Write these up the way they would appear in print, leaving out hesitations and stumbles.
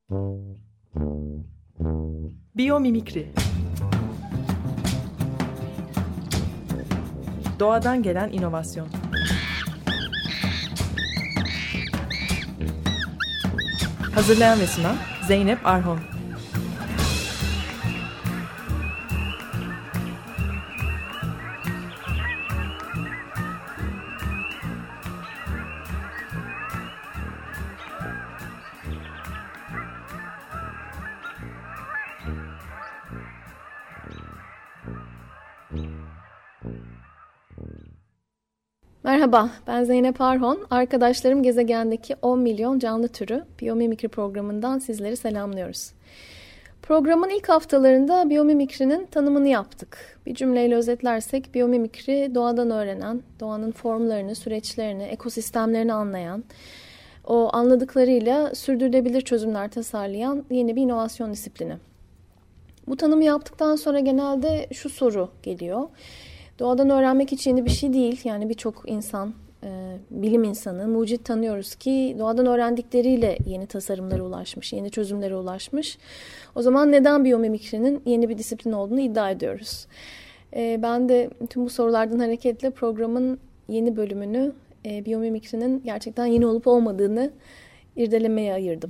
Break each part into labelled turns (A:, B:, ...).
A: Biyomimikri. Doğadan gelen inovasyon. Hazırlayan ve sunan Zeynep Arhon.
B: Merhaba, ben Zeynep Arhon. Arkadaşlarım gezegendeki 10 milyon canlı türü Biyomimikri programından sizleri selamlıyoruz. Programın ilk haftalarında biyomimikrinin tanımını yaptık. Bir cümleyle özetlersek biyomimikri doğadan öğrenen, doğanın formlarını, süreçlerini, ekosistemlerini anlayan, o anladıklarıyla sürdürülebilir çözümler tasarlayan yeni bir inovasyon disiplini. Bu tanımı yaptıktan sonra genelde şu soru geliyor. Doğadan öğrenmek hiç yeni bir şey değil. Yani birçok insan, bilim insanı, mucit tanıyoruz ki doğadan öğrendikleriyle yeni tasarımlara ulaşmış, yeni çözümlere ulaşmış. O zaman neden biyomimikrinin yeni bir disiplin olduğunu iddia ediyoruz. Ben de tüm bu sorulardan hareketle programın yeni bölümünü biyomimikrinin gerçekten yeni olup olmadığını irdelemeye ayırdım.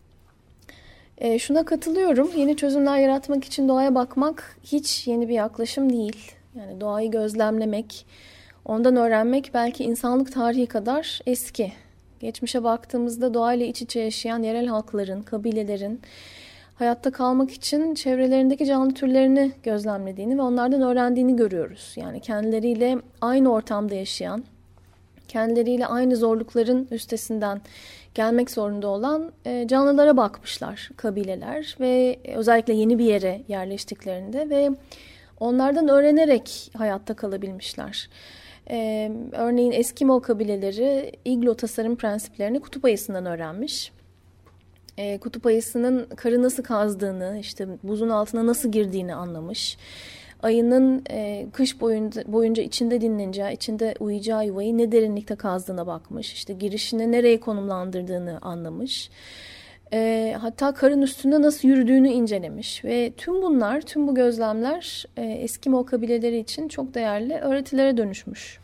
B: Şuna katılıyorum. Yeni çözümler yaratmak için doğaya bakmak hiç yeni bir yaklaşım değil. Yani doğayı gözlemlemek, ondan öğrenmek belki insanlık tarihi kadar eski. Geçmişe baktığımızda doğayla iç içe yaşayan yerel halkların, kabilelerin hayatta kalmak için çevrelerindeki canlı türlerini gözlemlediğini ve onlardan öğrendiğini görüyoruz. Yani kendileriyle aynı ortamda yaşayan, kendileriyle aynı zorlukların üstesinden gelmek zorunda olan canlılara bakmışlar kabileler ve özellikle yeni bir yere yerleştiklerinde ve onlardan öğrenerek hayatta kalabilmişler. Örneğin Eskimo kabileleri iglo tasarım prensiplerini kutup ayısından öğrenmiş. Kutup ayısının karı nasıl kazdığını, işte buzun altına nasıl girdiğini anlamış. Ayının kış boyunca içinde dinleneceği, içinde uyuyacağı yuvayı ne derinlikte kazdığına bakmış. İşte girişini nereye konumlandırdığını anlamış. Hatta karın üstünde nasıl yürüdüğünü incelemiş ve tüm bu gözlemler Eskimo kabileleri için çok değerli öğretilere dönüşmüş.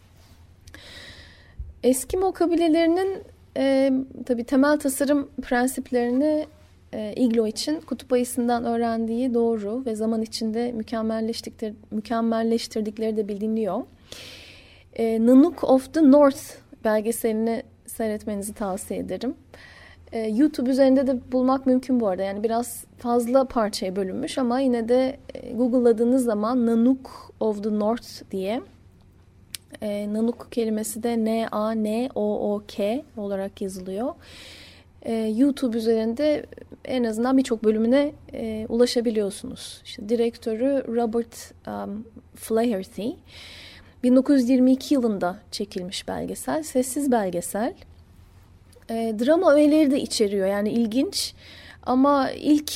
B: Eskimo kabilelerinin tabii temel tasarım prensiplerini iglo için kutup ayısından öğrendiği doğru ve zaman içinde mükemmelleştirdikleri de biliniyor. Nanook of the North belgeselini seyretmenizi tavsiye ederim. YouTube üzerinde de bulmak mümkün bu arada. Yani biraz fazla parçaya bölünmüş ama yine de Google'ladığınız zaman Nanook of the North diye Nanook kelimesi de N-A-N-O-O-K olarak yazılıyor. YouTube üzerinde en azından birçok bölümüne ulaşabiliyorsunuz. İşte direktörü Robert Flaherty. 1922 yılında çekilmiş belgesel. Sessiz belgesel. Drama öğeleri de içeriyor. Yani ilginç ama ilk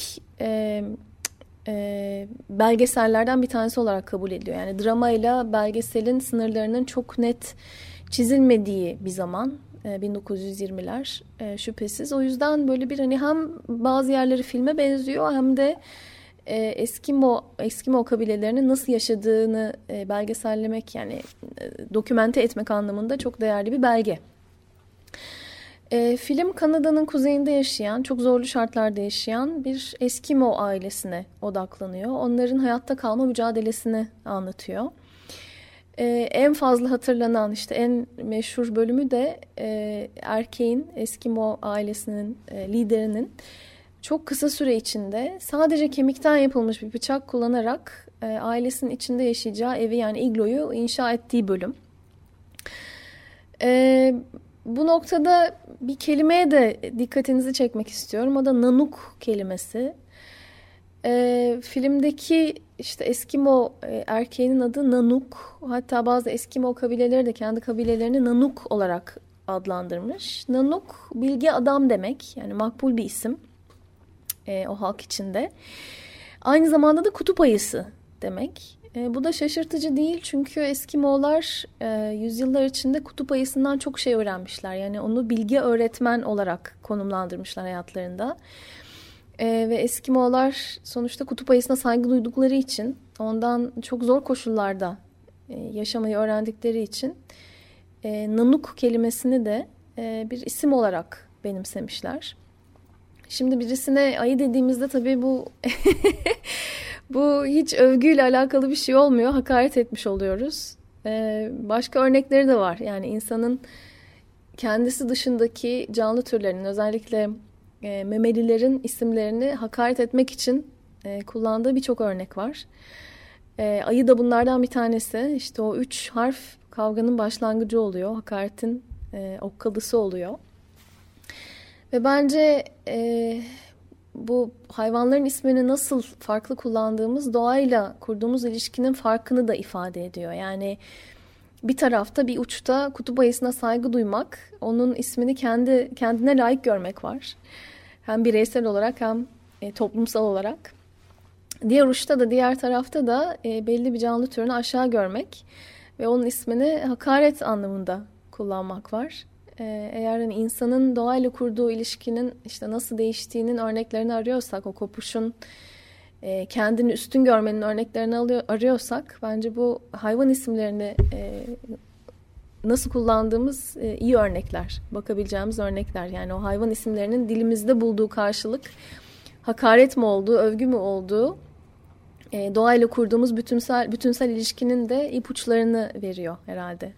B: belgesellerden bir tanesi olarak kabul ediliyor. Yani dramayla belgeselin sınırlarının çok net çizilmediği bir zaman 1920'ler şüphesiz. O yüzden böyle bir hani hem bazı yerleri filme benziyor hem de Eskimo kabilelerinin nasıl yaşadığını belgesellemek yani dokümente etmek anlamında çok değerli bir belge. Film Kanada'nın kuzeyinde yaşayan, çok zorlu şartlarda yaşayan bir Eskimo ailesine odaklanıyor. Onların hayatta kalma mücadelesini anlatıyor. En fazla hatırlanan işte en meşhur bölümü de erkeğin Eskimo ailesinin liderinin çok kısa süre içinde sadece kemikten yapılmış bir bıçak kullanarak ailesinin içinde yaşayacağı evi yani igloyu inşa ettiği bölüm. Bu noktada bir kelimeye de dikkatinizi çekmek istiyorum. O da Nanook kelimesi. Filmdeki işte Eskimo erkeğinin adı Nanook. Hatta bazı Eskimo kabileleri de kendi kabilelerini Nanook olarak adlandırmış. Nanook bilge adam demek. Yani makbul bir isim o halk içinde. Aynı zamanda da kutup ayısı demek. Bu da şaşırtıcı değil çünkü Eskimoğullar yüzyıllar içinde kutup ayısından çok şey öğrenmişler. Yani onu bilge öğretmen olarak konumlandırmışlar hayatlarında. Ve Eskimoğullar sonuçta kutup ayısına saygı duydukları için, ondan çok zor koşullarda yaşamayı öğrendikleri için Nanuk kelimesini de bir isim olarak benimsemişler. Şimdi birisine ayı dediğimizde tabii bu bu hiç övgüyle alakalı bir şey olmuyor. Hakaret etmiş oluyoruz. Başka örnekleri de var. Yani insanın kendisi dışındaki canlı türlerinin, özellikle memelilerin isimlerini hakaret etmek için kullandığı birçok örnek var. Ayı da bunlardan bir tanesi. İşte o 3 harf kavganın başlangıcı oluyor. Hakaretin okkalısı oluyor. Ve bence bu hayvanların ismini nasıl farklı kullandığımız doğayla kurduğumuz ilişkinin farkını da ifade ediyor. Yani bir tarafta, bir uçta kutup ayısına saygı duymak, onun ismini kendine layık görmek var. Hem bireysel olarak hem toplumsal olarak. Diğer uçta da, diğer tarafta da belli bir canlı türünü aşağı görmek ve onun ismini hakaret anlamında kullanmak var. Eğer hani insanın doğayla kurduğu ilişkinin işte nasıl değiştiğinin örneklerini arıyorsak, o kopuşun kendini üstün görmenin örneklerini arıyorsak, bence bu hayvan isimlerini nasıl kullandığımız iyi örnekler, bakabileceğimiz örnekler. Yani o hayvan isimlerinin dilimizde bulduğu karşılık hakaret mi olduğu, övgü mü olduğu, doğayla kurduğumuz bütünsel ilişkinin de ipuçlarını veriyor herhalde.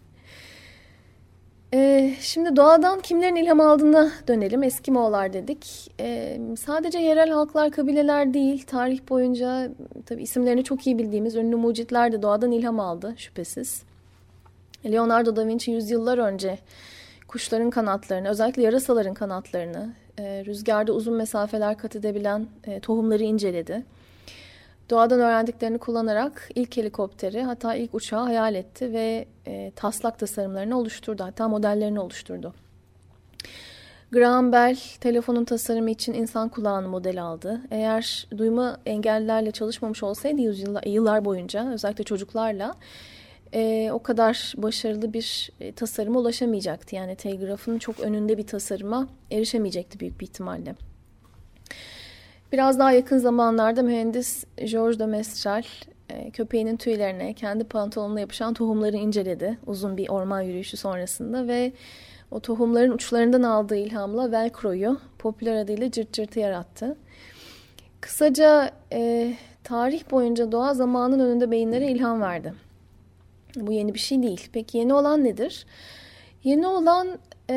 B: Şimdi doğadan kimlerin ilham aldığına dönelim. Eskimoğullar dedik. Sadece yerel halklar, kabileler değil, tarih boyunca tabii isimlerini çok iyi bildiğimiz ünlü mucitler de doğadan ilham aldı şüphesiz. Leonardo da Vinci yüzyıllar önce kuşların kanatlarını, özellikle yarasaların kanatlarını, rüzgarda uzun mesafeler kat edebilen tohumları inceledi. Doğadan öğrendiklerini kullanarak ilk helikopteri, hatta ilk uçağı hayal etti ve taslak tasarımlarını oluşturdu. Hatta modellerini oluşturdu. Graham Bell telefonun tasarımı için insan kulağını model aldı. Eğer duyma engellilerle çalışmamış olsaydı yıllar boyunca, özellikle çocuklarla o kadar başarılı bir tasarıma ulaşamayacaktı. Yani telgrafın çok önünde bir tasarıma erişemeyecekti büyük bir ihtimalle. Biraz daha yakın zamanlarda mühendis Georges de Mestral köpeğinin tüylerine, kendi pantolonuna yapışan tohumları inceledi uzun bir orman yürüyüşü sonrasında ve o tohumların uçlarından aldığı ilhamla Velcro'yu popüler adıyla cırt cırtı yarattı. Kısaca tarih boyunca doğa zamanın önünde beyinlere ilham verdi. Bu yeni bir şey değil. Peki yeni olan nedir? Yeni olan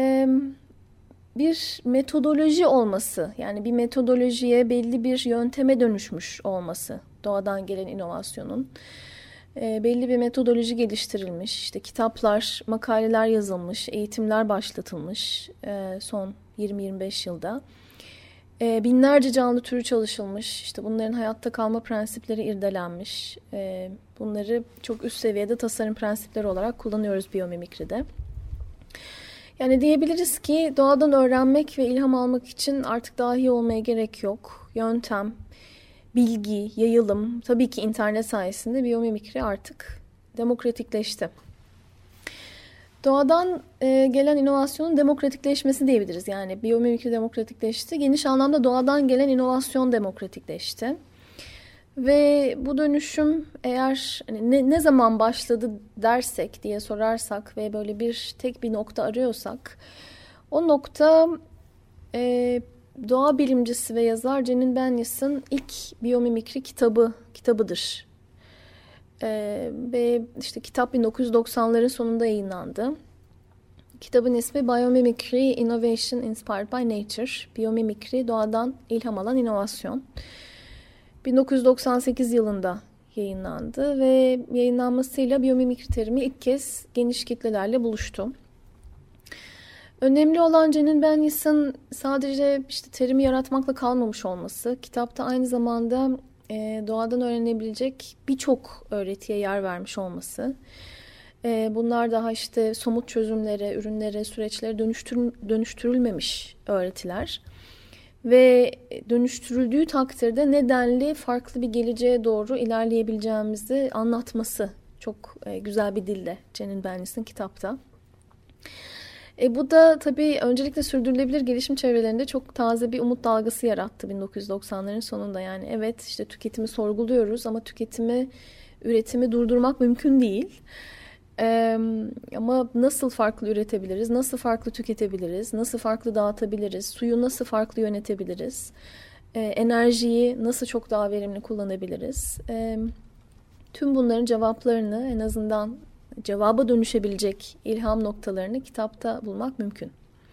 B: bir metodoloji olması, yani bir metodolojiye, belli bir yönteme dönüşmüş olması doğadan gelen inovasyonun. Belli bir metodoloji geliştirilmiş, işte kitaplar, makaleler yazılmış, eğitimler başlatılmış son 20-25 yılda. Binlerce canlı türü çalışılmış, işte bunların hayatta kalma prensipleri irdelenmiş. Bunları çok üst seviyede tasarım prensipleri olarak kullanıyoruz biyomimikride. Yani diyebiliriz ki doğadan öğrenmek ve ilham almak için artık dahi olmaya gerek yok. Yöntem, bilgi, yayılım, tabii ki internet sayesinde biyomimikri artık demokratikleşti. Doğadan gelen inovasyonun demokratikleşmesi diyebiliriz. Yani biyomimikri demokratikleşti. Geniş anlamda doğadan gelen inovasyon demokratikleşti. Ve bu dönüşüm eğer ne zaman başladı dersek diye sorarsak ve böyle tek bir nokta arıyorsak, o nokta doğa bilimcisi ve yazar Janine Benyus'ın ilk biyomimikri kitabıdır. Ve işte kitap 1990'ların sonunda yayınlandı. Kitabın ismi Biomimicry Innovation Inspired by Nature. Biyomimikri, doğadan ilham alan inovasyon. 1998 yılında yayınlandı ve yayınlanmasıyla biyomimikri terimi ilk kez geniş kitlelerle buluştu. Önemli olan Janine Benyus'ın sadece terimi yaratmakla kalmamış olması, kitapta aynı zamanda doğadan öğrenebilecek birçok öğretiye yer vermiş olması. Bunlar daha somut çözümlere, ürünlere, süreçlere dönüştürülmemiş öğretiler. ve dönüştürüldüğü takdirde nedenli farklı bir geleceğe doğru ilerleyebileceğimizi anlatması çok güzel bir dille Cenin Bernis'in kitapta. Bu da tabii öncelikle sürdürülebilir gelişim çevrelerinde çok taze bir umut dalgası yarattı 1990'ların sonunda. Yani evet, işte tüketimi sorguluyoruz ama üretimi durdurmak mümkün değil. Ama nasıl farklı üretebiliriz, nasıl farklı tüketebiliriz, nasıl farklı dağıtabiliriz, suyu nasıl farklı yönetebiliriz, enerjiyi nasıl çok daha verimli kullanabiliriz. Tüm bunların cevaplarını, en azından cevaba dönüşebilecek ilham noktalarını kitapta bulmak mümkün.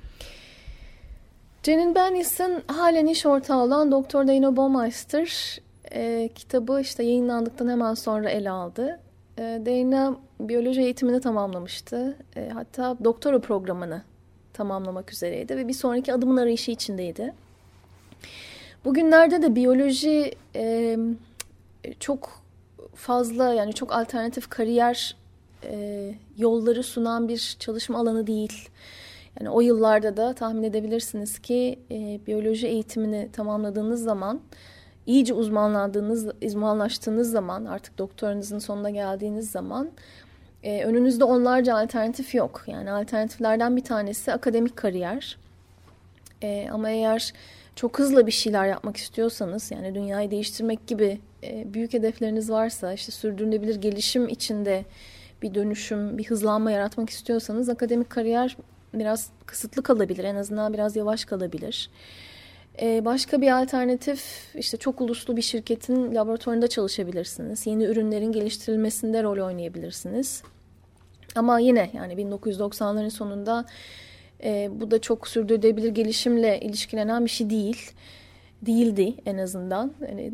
B: Cenin Bernis'in halen iş ortağı olan Dr. Dana Baumeister kitabı işte yayınlandıktan hemen sonra ele aldı. Dana biyoloji eğitimini tamamlamıştı. Hatta doktora programını tamamlamak üzereydi ve bir sonraki adımın arayışı içindeydi. Bugünlerde de biyoloji çok fazla, yani çok alternatif kariyer yolları sunan bir çalışma alanı değil. Yani o yıllarda da tahmin edebilirsiniz ki biyoloji eğitimini tamamladığınız zaman, iyice uzmanlaştığınız zaman, artık doktoranızın sonuna geldiğiniz zaman önünüzde onlarca alternatif yok. Yani alternatiflerden bir tanesi akademik kariyer. Ama eğer çok hızlı bir şeyler yapmak istiyorsanız, yani dünyayı değiştirmek gibi büyük hedefleriniz varsa, işte sürdürülebilir gelişim içinde bir dönüşüm, bir hızlanma yaratmak istiyorsanız akademik kariyer biraz kısıtlı kalabilir. En azından biraz yavaş kalabilir. Başka bir alternatif, işte çok uluslu bir şirketin laboratuvarında çalışabilirsiniz. Yeni ürünlerin geliştirilmesinde rol oynayabilirsiniz. Ama yine yani 1990'ların sonunda bu da çok sürdürülebilir gelişimle ilişkilenen bir şey değildi en azından. Yani,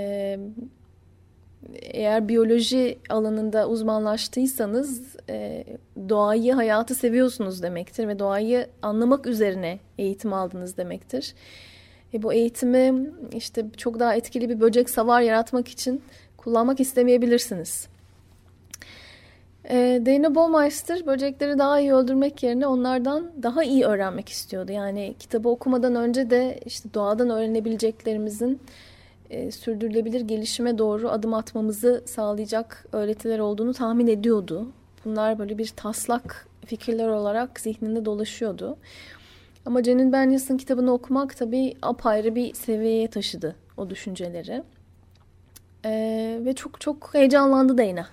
B: eğer biyoloji alanında uzmanlaştıysanız doğayı, hayatı seviyorsunuz demektir ve doğayı anlamak üzerine eğitim aldınız demektir. Bu eğitimi işte çok daha etkili bir böcek savar yaratmak için kullanmak istemeyebilirsiniz. Dana Baumeister böcekleri daha iyi öldürmek yerine onlardan daha iyi öğrenmek istiyordu. Yani kitabı okumadan önce de işte doğadan öğrenebileceklerimizin sürdürülebilir gelişime doğru adım atmamızı sağlayacak öğretiler olduğunu tahmin ediyordu. Bunlar böyle bir taslak fikirler olarak zihninde dolaşıyordu. Ama Cenin Bernis'in kitabını okumak tabii apayrı bir seviyeye taşıdı o düşünceleri. Ve çok çok heyecanlandı Dana.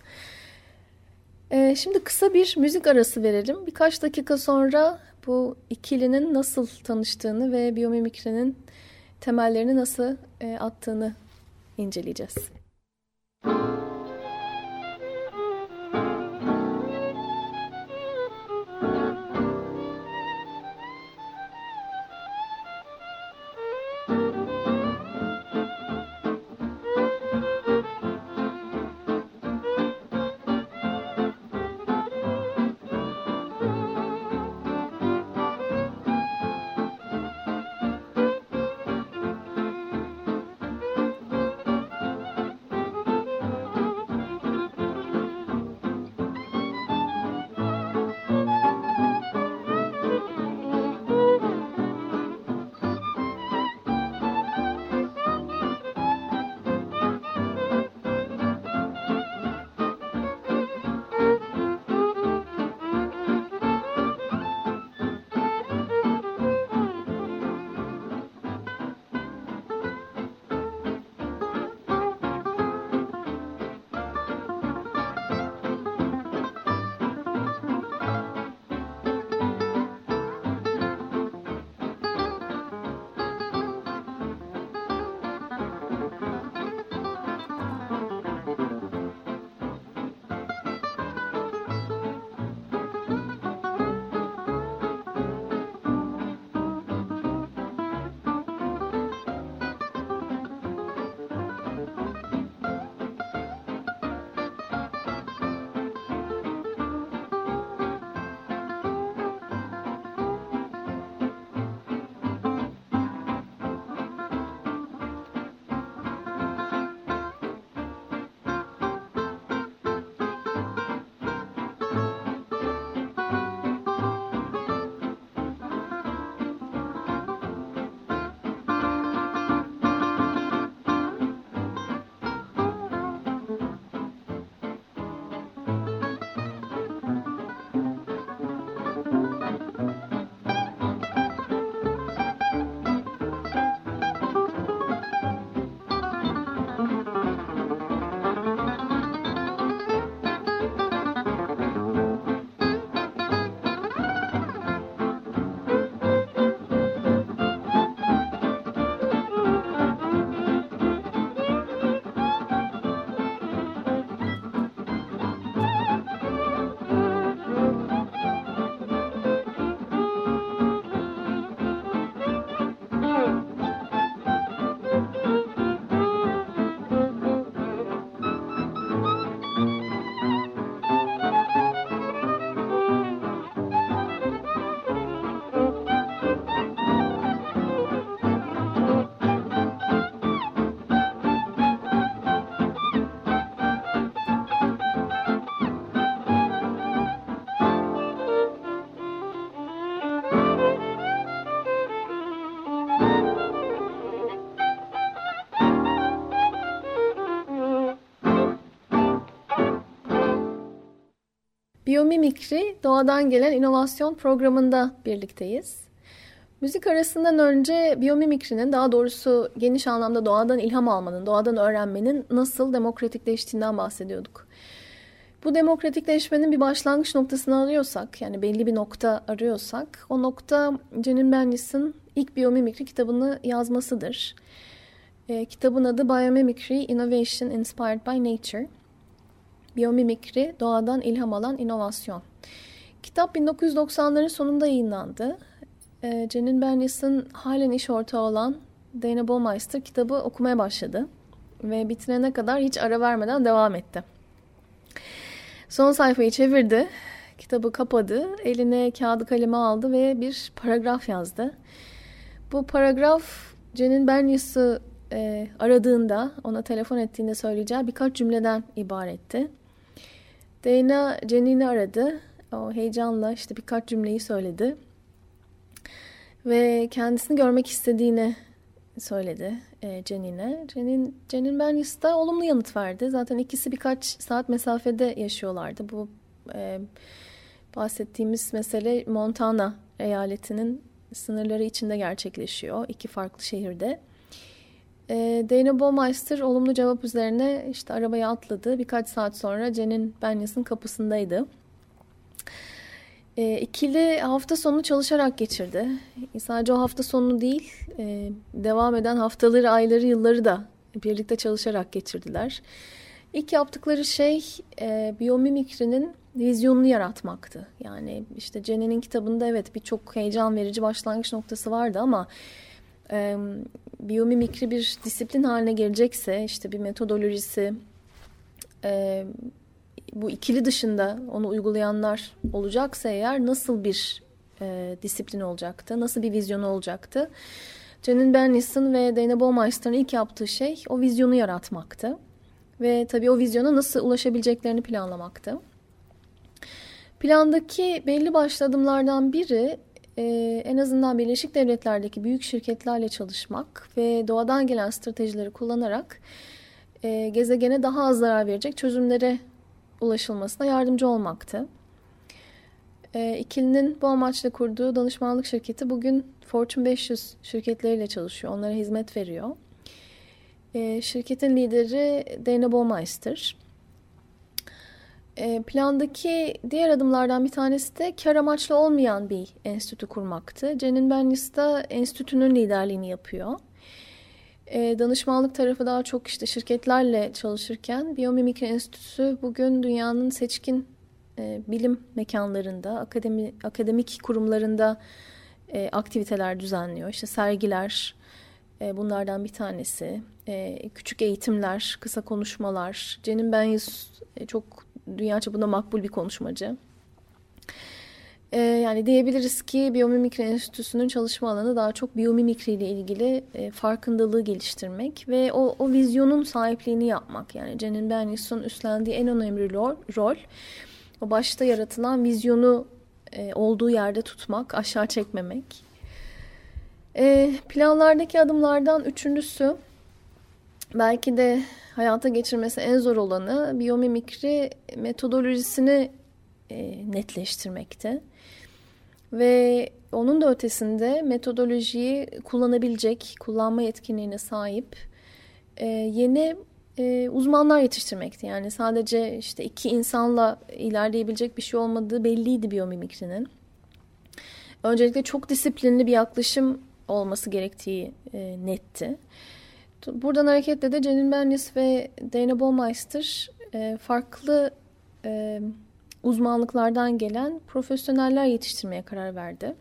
B: Şimdi kısa bir müzik arası verelim. Birkaç dakika sonra bu ikilinin nasıl tanıştığını ve biyomimikrinin temellerini nasıl attığını inceleyeceğiz. Biyomimikri Doğadan Gelen İnovasyon programında birlikteyiz. Müzik arasından önce biyomimikrinin, daha doğrusu geniş anlamda doğadan ilham almanın, doğadan öğrenmenin nasıl demokratikleştiğinden bahsediyorduk. Bu demokratikleşmenin bir başlangıç noktasını arıyorsak, yani belli bir nokta arıyorsak, o nokta Janine Benyus'ın ilk biyomimikri kitabını yazmasıdır. Kitabın adı Biomimicry Innovation Inspired by Nature. Biyomimikri, doğadan ilham alan inovasyon. Kitap 1990'ların sonunda yayınlandı. Janine Benyus'ın halen iş ortağı olan Dana Baumeister kitabı okumaya başladı. Ve bitirene kadar hiç ara vermeden devam etti. Son sayfayı çevirdi, kitabı kapadı, eline kağıdı kalemi aldı ve bir paragraf yazdı. Bu paragraf Janine Benyus'u aradığında, ona telefon ettiğinde söyleyeceği birkaç cümleden ibaretti. Dana Janine'i aradı, o heyecanla işte birkaç cümleyi söyledi ve kendisini görmek istediğini söyledi Janine'e. Janine Benyus da olumlu yanıt verdi. Zaten ikisi birkaç saat mesafede yaşıyorlardı. Bu bahsettiğimiz mesele Montana eyaletinin sınırları içinde gerçekleşiyor. İki farklı şehirde. Dana Baumeister olumlu cevap üzerine işte arabaya atladı. Birkaç saat sonra Janine Benyus'un kapısındaydı. İkili hafta sonunu çalışarak geçirdi. Sadece o hafta sonunu değil, devam eden haftaları, ayları, yılları da birlikte çalışarak geçirdiler. İlk yaptıkları şey biyomimikrinin vizyonunu yaratmaktı. Yani işte Janine'in kitabında evet birçok heyecan verici başlangıç noktası vardı ama biyomimikri bir disiplin haline gelecekse, işte bir metodolojisi, bu ikili dışında onu uygulayanlar olacaksa eğer nasıl bir disiplin olacaktı, nasıl bir vizyonu olacaktı? Janine Benyus'un ve Dana Baumeister'ın ilk yaptığı şey o vizyonu yaratmaktı. Ve tabii o vizyona nasıl ulaşabileceklerini planlamaktı. Plandaki belli başlı adımlardan biri en azından Birleşik Devletler'deki büyük şirketlerle çalışmak ve doğadan gelen stratejileri kullanarak gezegene daha az zarar verecek çözümlere ulaşılmasına yardımcı olmaktı. İkilinin bu amaçla kurduğu danışmanlık şirketi bugün Fortune 500 şirketleriyle çalışıyor. Onlara hizmet veriyor. Şirketin lideri Dana Baumeister. Plandaki diğer adımlardan bir tanesi de kar amaçlı olmayan bir enstitü kurmaktı. Janine Benyus da enstitünün liderliğini yapıyor. Danışmanlık tarafı daha çok işte şirketlerle çalışırken Biyomimikri Enstitüsü bugün dünyanın seçkin bilim mekanlarında, akademik kurumlarında aktiviteler düzenliyor. İşte sergiler bunlardan bir tanesi. Küçük eğitimler, kısa konuşmalar. Janine Benyus çok dünya çapında makbul bir konuşmacı. Yani diyebiliriz ki Biyomimikri Enstitüsü'nün çalışma alanı daha çok biyomimikri ile ilgili farkındalığı geliştirmek ve o vizyonun sahipliğini yapmak. Yani Janine Benyus'un üstlendiği en önemli rol o başta yaratılan vizyonu olduğu yerde tutmak, aşağı çekmemek. Planlardaki adımlardan üçüncüsü, belki de hayata geçirmesi en zor olanı, biyomimikri metodolojisini netleştirmekti. Ve onun da ötesinde metodolojiyi kullanabilecek, kullanma yetkinliğine sahip yeni uzmanlar yetiştirmekti. Yani sadece işte iki insanla ilerleyebilecek bir şey olmadığı belliydi biyomimikrinin. Öncelikle çok disiplinli bir yaklaşım olması gerektiği netti. Buradan hareketle de Janine Benyus ve Dana Baumeister farklı uzmanlıklardan gelen profesyoneller yetiştirmeye karar verdi.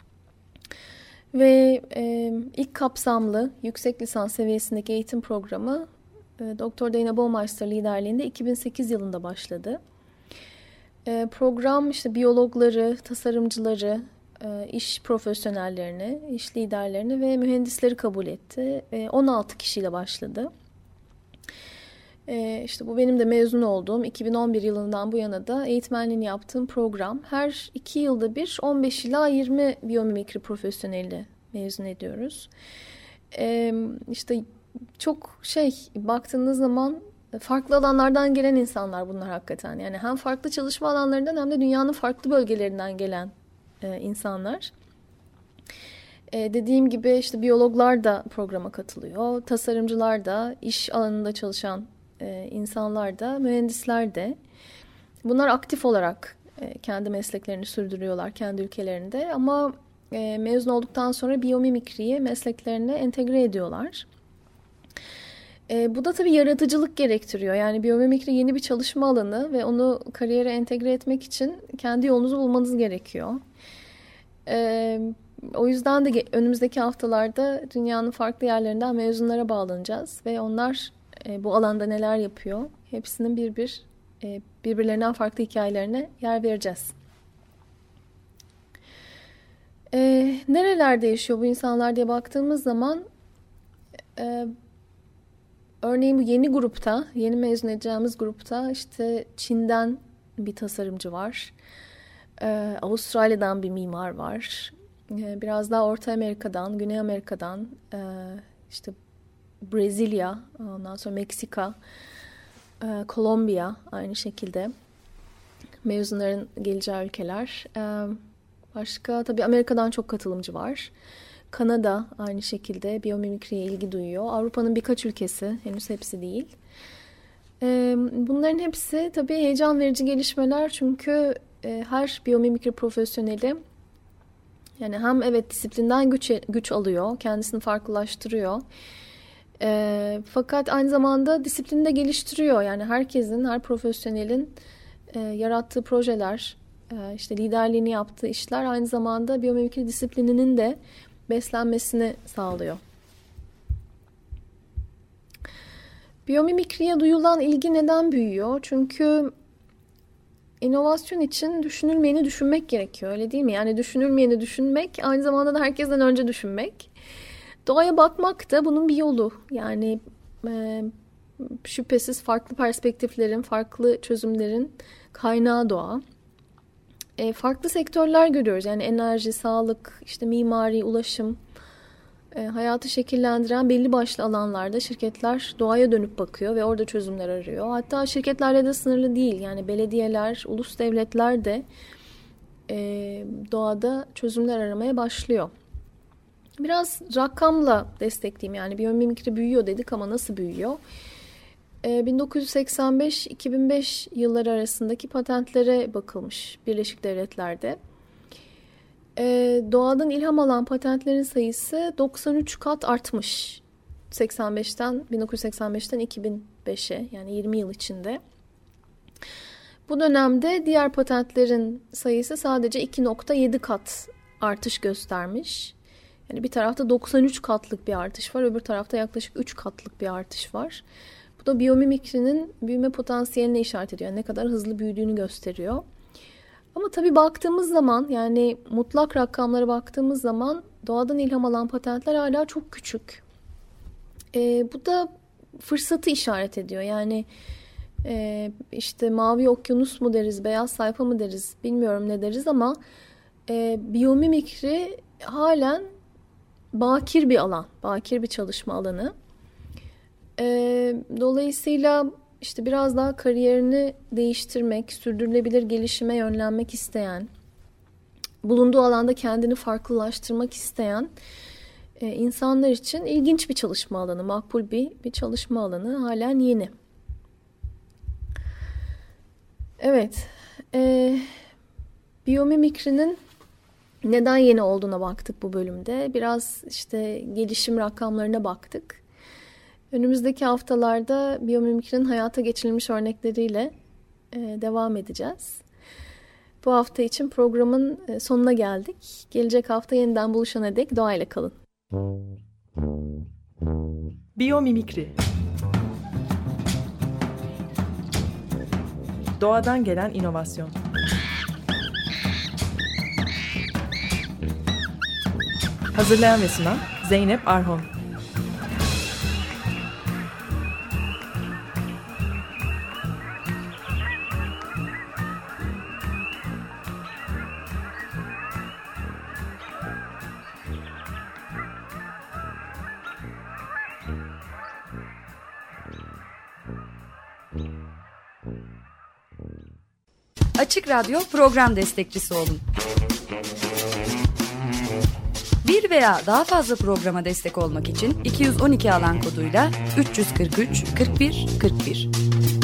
B: Ve ilk kapsamlı yüksek lisans seviyesindeki eğitim programı Dr. Dana Baumeister liderliğinde 2008 yılında başladı. Program işte biyologları, tasarımcıları, iş profesyonellerini, iş liderlerini ve mühendisleri kabul etti. 16 kişiyle başladı. İşte bu benim de mezun olduğum 2011 yılından bu yana da eğitmenliğini yaptığım program. Her 2 yılda bir 15 ila 20 biyomimikri profesyoneli mezun ediyoruz. İşte çok baktığınız zaman farklı alanlardan gelen insanlar bunlar hakikaten. Yani hem farklı çalışma alanlarından hem de dünyanın farklı bölgelerinden gelen insanlar. Dediğim gibi işte biyologlar da programa katılıyor. Tasarımcılar da, iş alanında çalışan insanlar da, mühendisler de. Bunlar aktif olarak kendi mesleklerini sürdürüyorlar kendi ülkelerinde. Ama mezun olduktan sonra biyomimikriyi mesleklerine entegre ediyorlar. Bu da tabii yaratıcılık gerektiriyor. Yani biyomimikri yeni bir çalışma alanı ve onu kariyere entegre etmek için kendi yolunuzu bulmanız gerekiyor. O yüzden de önümüzdeki haftalarda dünyanın farklı yerlerinden mezunlara bağlanacağız ve onlar bu alanda neler yapıyor hepsinin birbirlerinden farklı hikayelerine yer vereceğiz. Nerelerde yaşıyor bu insanlar diye baktığımız zaman örneğin bu yeni grupta, yeni mezun edeceğimiz grupta işte Çin'den bir tasarımcı var. Avustralya'dan bir mimar var. Biraz daha Orta Amerika'dan, Güney Amerika'dan, işte Brezilya, ondan sonra Meksika, Kolombiya aynı şekilde mezunların geleceği ülkeler. Başka tabii Amerika'dan çok katılımcı var. Kanada aynı şekilde biyomimikriye ilgi duyuyor. Avrupa'nın birkaç ülkesi, henüz hepsi değil. Bunların hepsi tabii heyecan verici gelişmeler çünkü her biyomimikri profesyoneli yani hem evet disiplinden güç alıyor, kendisini farklılaştırıyor. Fakat aynı zamanda disiplini de geliştiriyor. Yani herkesin, her profesyonelin yarattığı projeler, işte liderliğini yaptığı işler aynı zamanda biyomimikri disiplininin de beslenmesini sağlıyor. Biyomimikriye duyulan ilgi neden büyüyor? Çünkü inovasyon için düşünülmeyeni düşünmek gerekiyor, öyle değil mi? Yani düşünülmeyeni düşünmek, aynı zamanda da herkesten önce düşünmek. Doğaya bakmak da bunun bir yolu. Yani şüphesiz farklı perspektiflerin, farklı çözümlerin kaynağı doğa. Farklı sektörler görüyoruz. Yani enerji, sağlık, işte mimari, ulaşım, hayatı şekillendiren belli başlı alanlarda şirketler doğaya dönüp bakıyor ve orada çözümler arıyor. Hatta şirketlerle de sınırlı değil. Yani belediyeler, ulus devletler de doğada çözümler aramaya başlıyor. Biraz rakamla destekleyeyim. Yani biyomimikri büyüyor dedik ama nasıl büyüyor? 1985-2005 yılları arasındaki patentlere bakılmış Birleşik Devletler'de. Doğadan ilham alan patentlerin sayısı 93 kat artmış. 1985'ten 2005'e yani 20 yıl içinde. Bu dönemde diğer patentlerin sayısı sadece 2,7 kat artış göstermiş. Yani bir tarafta 93 katlık bir artış var, öbür tarafta yaklaşık 3 katlık bir artış var. Bu da biyomimikrinin büyüme potansiyeline işaret ediyor. Yani ne kadar hızlı büyüdüğünü gösteriyor. Ama tabii baktığımız zaman yani mutlak rakamlara baktığımız zaman doğadan ilham alan patentler hala çok küçük. Bu da fırsatı işaret ediyor. Yani işte mavi okyanus mu deriz, beyaz sayfa mı deriz bilmiyorum ne deriz ama biyomimikri halen bakir bir alan, bakir bir çalışma alanı. Dolayısıyla işte biraz daha kariyerini değiştirmek, sürdürülebilir gelişime yönlenmek isteyen, bulunduğu alanda kendini farklılaştırmak isteyen insanlar için ilginç bir çalışma alanı, makbul bir çalışma alanı, halen yeni. Evet, biyomimikrinin neden yeni olduğuna baktık bu bölümde. Biraz işte gelişim rakamlarına baktık. Önümüzdeki haftalarda biyomimikrinin hayata geçirilmiş örnekleriyle devam edeceğiz. Bu hafta için programın sonuna geldik. Gelecek hafta yeniden buluşana dek doğayla kalın.
A: Biyomimikri. Doğadan gelen inovasyon. Hazırlayan ve sunan Zeynep Arhon.
C: Açık Radyo program destekçisi olun. Bir veya daha fazla programa destek olmak için 212 alan koduyla 343 41 41.